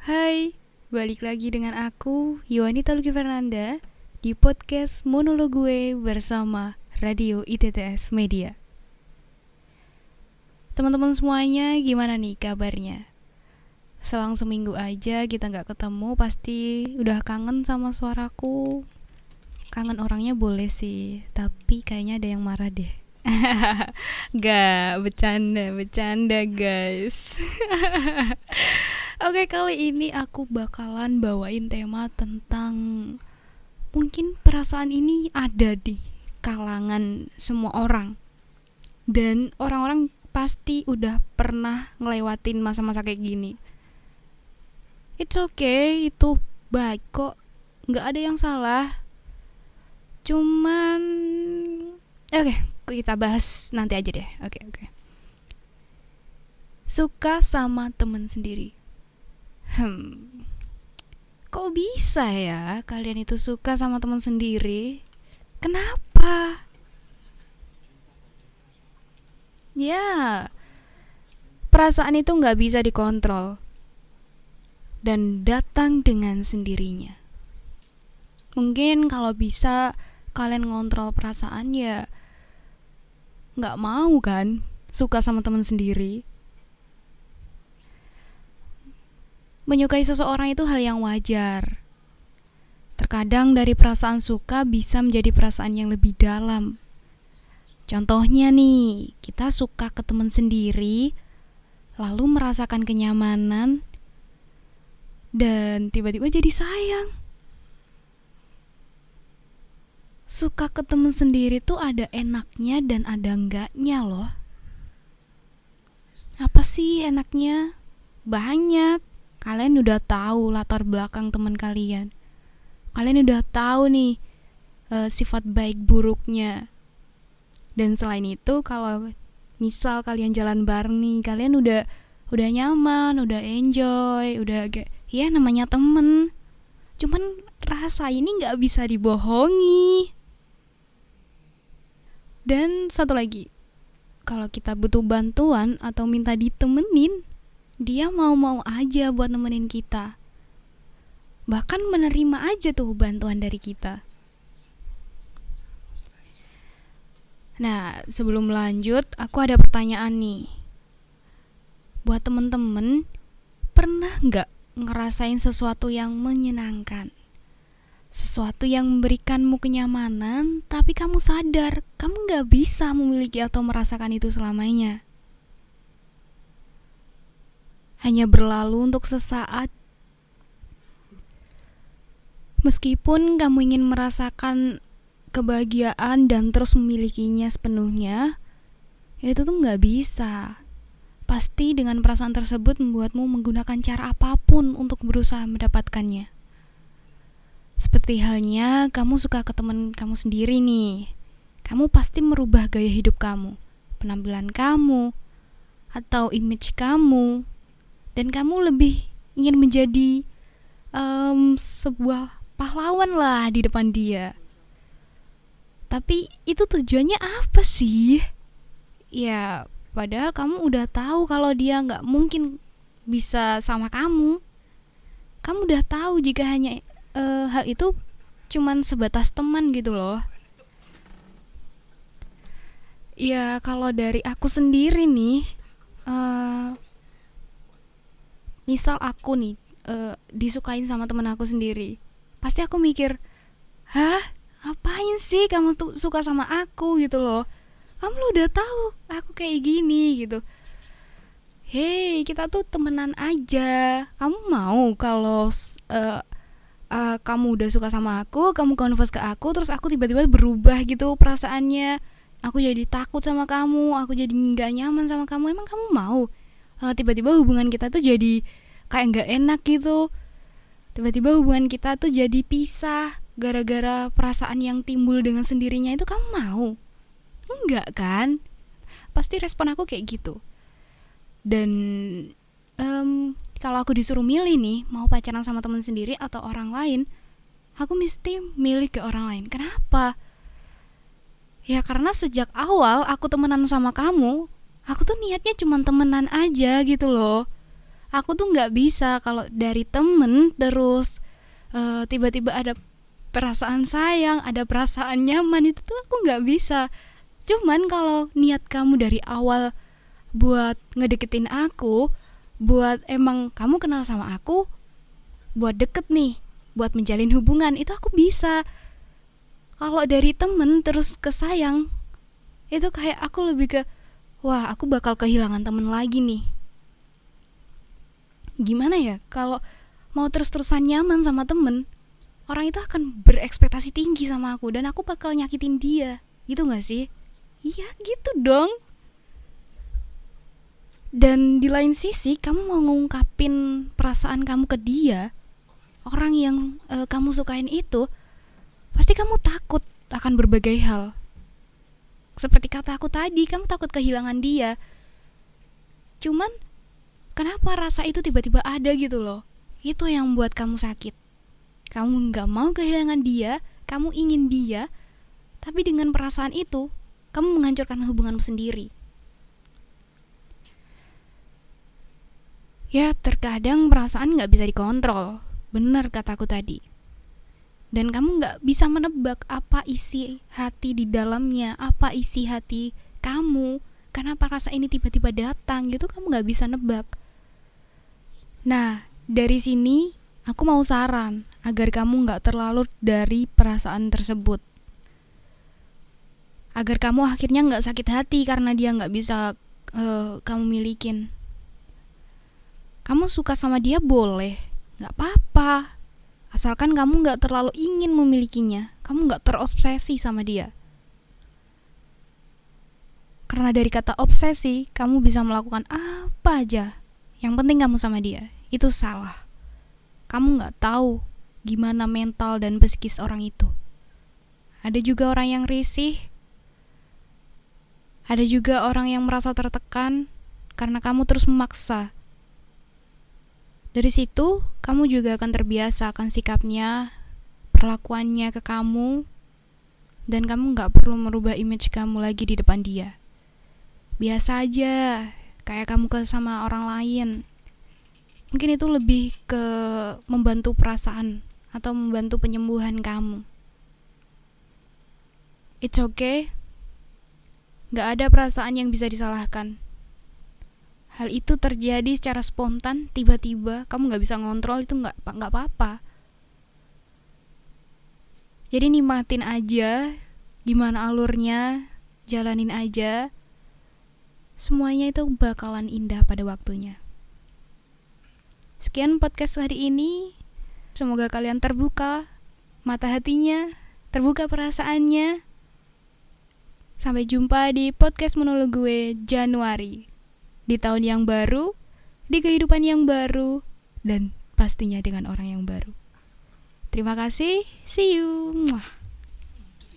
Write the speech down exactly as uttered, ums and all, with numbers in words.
Hai, balik lagi dengan aku, Yohanita Luki Fernanda, di podcast Monolog Gue bersama Radio I T T S Media. Teman-teman semuanya, gimana nih kabarnya? Selang seminggu aja kita gak ketemu, pasti udah kangen sama suaraku. Kangen orangnya boleh sih, tapi kayaknya ada yang marah deh. Gak, bercanda, bercanda guys. Oke, kali ini aku bakalan bawain tema tentang mungkin perasaan ini ada di kalangan semua orang. Dan orang-orang pasti udah pernah ngelewatin masa-masa kayak gini. It's okay, itu baik kok. Gak ada yang salah. Cuman Oke, kita bahas nanti aja deh. Oke, oke. Suka sama temen sendiri. Hmm, kok bisa ya kalian itu suka sama teman sendiri? Kenapa? Ya, perasaan itu gak bisa dikontrol dan datang dengan sendirinya. Mungkin kalau bisa kalian ngontrol perasaan ya gak mau kan suka sama teman sendiri. Menyukai seseorang itu hal yang wajar. Terkadang dari perasaan suka bisa menjadi perasaan yang lebih dalam. Contohnya nih, kita suka ke teman sendiri, lalu merasakan kenyamanan, dan tiba-tiba jadi sayang. Suka ke teman sendiri tuh ada enaknya dan ada enggaknya loh. Apa sih enaknya? Banyak. Kalian udah tahu latar belakang teman kalian. Kalian udah tahu nih e, sifat baik buruknya. Dan selain itu, kalau misal kalian jalan bareng nih, kalian udah udah nyaman, udah enjoy, udah kayak ya namanya temen. Cuman rasa ini nggak bisa dibohongi. Dan satu lagi, kalau kita butuh bantuan atau minta ditemenin, dia mau-mau aja buat nemenin kita. Bahkan menerima aja tuh bantuan dari kita. Nah, sebelum lanjut, aku ada pertanyaan nih. Buat temen-temen, pernah gak ngerasain sesuatu yang menyenangkan? Sesuatu yang memberikanmu kenyamanan, tapi kamu sadar kamu gak bisa memiliki atau merasakan itu selamanya. Hanya berlalu untuk sesaat. Meskipun kamu ingin merasakan kebahagiaan dan terus memilikinya sepenuhnya, itu tuh gak bisa. Pasti dengan perasaan tersebut membuatmu menggunakan cara apapun untuk berusaha mendapatkannya. Seperti halnya kamu suka ke teman kamu sendiri nih. Kamu pasti merubah gaya hidup kamu, penampilan kamu, atau image kamu. Dan kamu lebih ingin menjadi um, sebuah pahlawan lah di depan dia. Tapi itu tujuannya apa sih? Ya, padahal kamu udah tahu kalau dia gak mungkin bisa sama kamu. Kamu udah tahu jika hanya uh, hal itu cuman sebatas teman gitu loh. Ya, kalau dari aku sendiri nih, uh, misal aku nih uh, disukain sama teman aku sendiri, pasti aku mikir, hah, ngapain sih kamu tuh suka sama aku gitu loh? Kamu lu udah tahu aku kayak gini gitu. Hey, kita tuh temenan aja. Kamu mau kalau uh, uh, kamu udah suka sama aku, kamu confess ke aku, terus aku tiba-tiba berubah gitu perasaannya. Aku jadi takut sama kamu, aku jadi nggak nyaman sama kamu. Emang kamu mau? Uh, tiba-tiba hubungan kita tuh jadi kayak nggak enak gitu. Tiba-tiba hubungan kita tuh jadi pisah gara-gara perasaan yang timbul dengan sendirinya itu. Kamu mau? Enggak kan? Pasti respon aku kayak gitu. Dan um, kalau aku disuruh milih nih, mau pacaran sama teman sendiri atau orang lain, aku mesti milih ke orang lain. Kenapa? Ya karena sejak awal aku temenan sama kamu, aku tuh niatnya cuma temenan aja gitu loh. Aku tuh nggak bisa kalau dari temen terus uh, tiba-tiba ada perasaan sayang, ada perasaan nyaman, itu tuh aku nggak bisa. Cuman kalau niat kamu dari awal buat ngedeketin aku, buat emang kamu kenal sama aku, buat deket nih, buat menjalin hubungan, itu aku bisa. Kalau dari temen terus ke sayang, itu kayak aku lebih ke, wah aku bakal kehilangan temen lagi nih. Gimana ya, kalau mau terus-terusan nyaman sama temen, orang itu akan berekspektasi tinggi sama aku, dan aku bakal nyakitin dia, gitu gak sih? Iya gitu dong. Dan di lain sisi, kamu mau ngungkapin perasaan kamu ke dia, orang yang uh, kamu sukain itu, pasti kamu takut akan berbagai hal. Seperti kata aku tadi, kamu takut kehilangan dia. Cuman kenapa rasa itu tiba-tiba ada gitu loh? Itu yang buat kamu sakit. Kamu gak mau kehilangan dia, kamu ingin dia, tapi dengan perasaan itu kamu menghancurkan hubunganmu sendiri. Ya, terkadang perasaan gak bisa dikontrol. Benar kataku tadi. Dan kamu gak bisa menebak apa isi hati di dalamnya, apa isi hati kamu, kenapa rasa ini tiba-tiba datang, gitu kamu gak bisa nebak. Nah, dari sini aku mau saran agar kamu gak terlalu dari perasaan tersebut, agar kamu akhirnya gak sakit hati karena dia gak bisa uh, kamu milikin. Kamu suka sama dia boleh, gak apa-apa, asalkan kamu gak terlalu ingin memilikinya, kamu gak terobsesi sama dia. Karena dari kata obsesi, kamu bisa melakukan apa aja, yang penting kamu sama dia. Itu salah. Kamu gak tahu gimana mental dan psikis orang itu. Ada juga orang yang risih, ada juga orang yang merasa tertekan karena kamu terus memaksa. Dari situ, kamu juga akan terbiasa akan sikapnya, perlakuannya ke kamu, dan kamu gak perlu merubah image kamu lagi di depan dia. Biasa aja, kayak kamu ke sama orang lain. Mungkin itu lebih ke membantu perasaan atau membantu penyembuhan kamu. It's okay. Gak ada perasaan yang bisa disalahkan. Hal itu terjadi secara spontan, tiba-tiba, kamu gak bisa ngontrol, itu gak, gak apa-apa. Jadi nikmatin aja, gimana alurnya, jalanin aja. Semuanya itu bakalan indah pada waktunya. Sekian podcast hari ini. Semoga kalian terbuka mata hatinya, terbuka perasaannya. Sampai jumpa di podcast monolog gue Januari. Di tahun yang baru, di kehidupan yang baru, dan pastinya dengan orang yang baru. Terima kasih, see you. Mwah.